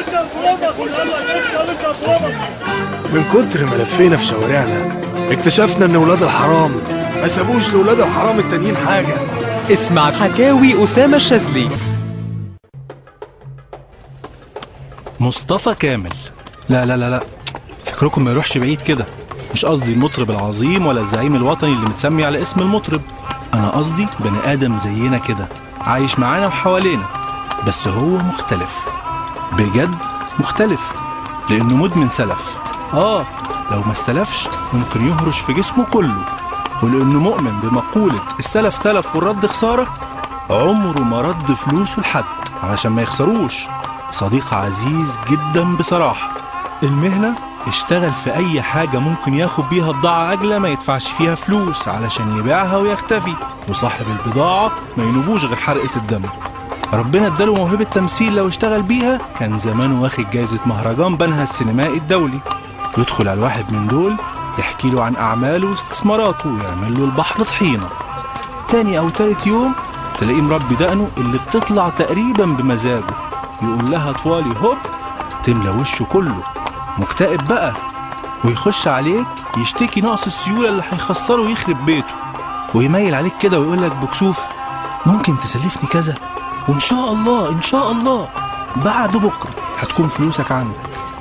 من كتر ما لفينا في شوارعنا اكتشفنا ان ولاد الحرام ما سابوش لولاد الحرام التانيين حاجة. اسمع حكاوي أسامة الشاذلي. مصطفى كامل. لا لا لا لا، فكركم ما يروحش بعيد كده. مش قصدي المطرب العظيم ولا الزعيم الوطني اللي متسمي على اسم المطرب. انا قصدي بني ادم زينا كده، عايش معانا وحوالينا، بس هو مختلف بجد، مختلف لانه مدمن سلف. لو ما استلفش ممكن يهرش في جسمه كله، ولانه مؤمن بمقولة السلف تلف والرد خسارة، عمره ما رد فلوسه لحد علشان ما يخسروش. صديق عزيز جدا بصراحة. المهنة اشتغل في اي حاجة ممكن ياخد بيها بضاعة اجلى ما يدفعش فيها فلوس علشان يبيعها ويختفي، وصاحب البضاعة ما ينوبوش غير حرقة الدم. ربنا اداله موهبة تمثيل، لو اشتغل بيها كان زمانه واخد جايزة مهرجان بنها السينمائي الدولي. يدخل على الواحد من دول يحكي له عن اعماله واستثماراته ويعمل له البحر طحينة. تاني او تالت يوم تلاقيه مربي دقنه اللي بتطلع تقريبا بمزاجه، يقول لها طوالي هوب تملى وشه كله. مكتئب بقى، ويخش عليك يشتكي نقص السيولة اللي هيخسره ويخرب بيته، ويميل عليك كده ويقول لك بكسوف ممكن تسلفني كذا، وان شاء الله ان شاء الله بعد بكرة هتكون فلوسك عندك.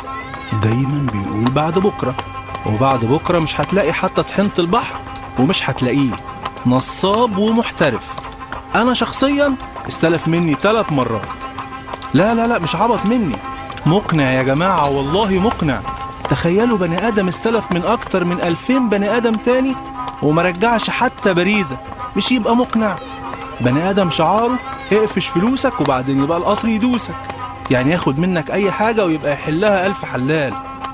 دايما بيقول بعد بكرة، وبعد بكرة مش هتلاقي حتى طحينة البحر، ومش هتلاقيه. نصاب ومحترف. انا شخصيا استلف مني 3 مرات. لا لا لا، مش عبط مني، مقنع يا جماعة، والله مقنع. تخيلوا بني آدم استلف من أكتر من 2000 بني آدم تاني وما رجعش حتى بريزة، مش يبقى مقنع؟ بني آدم شعاره اقفش فلوسك وبعدين يبقى القطر يدوسك، يعني ياخد منك أي حاجة ويبقى يحلها 1000 حلال،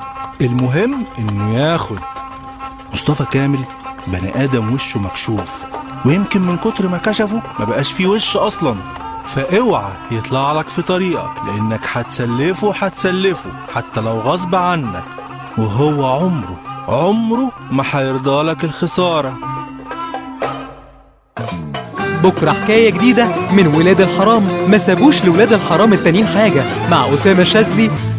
المهم إنه ياخد. مصطفى كامل بني آدم وشه مكشوف، ويمكن من كتر ما كشفه ما بقاش فيه وش أصلا. فاوعى يطلع لك في طريقك، لانك هتسلفه حتى لو غصب عنك، وهو عمره ما هيرضى لك الخسارة. بكرة حكاية جديدة من ولاد الحرام ما سابوش لولاد الحرام التانيين حاجة، مع أسامة الشاذلي.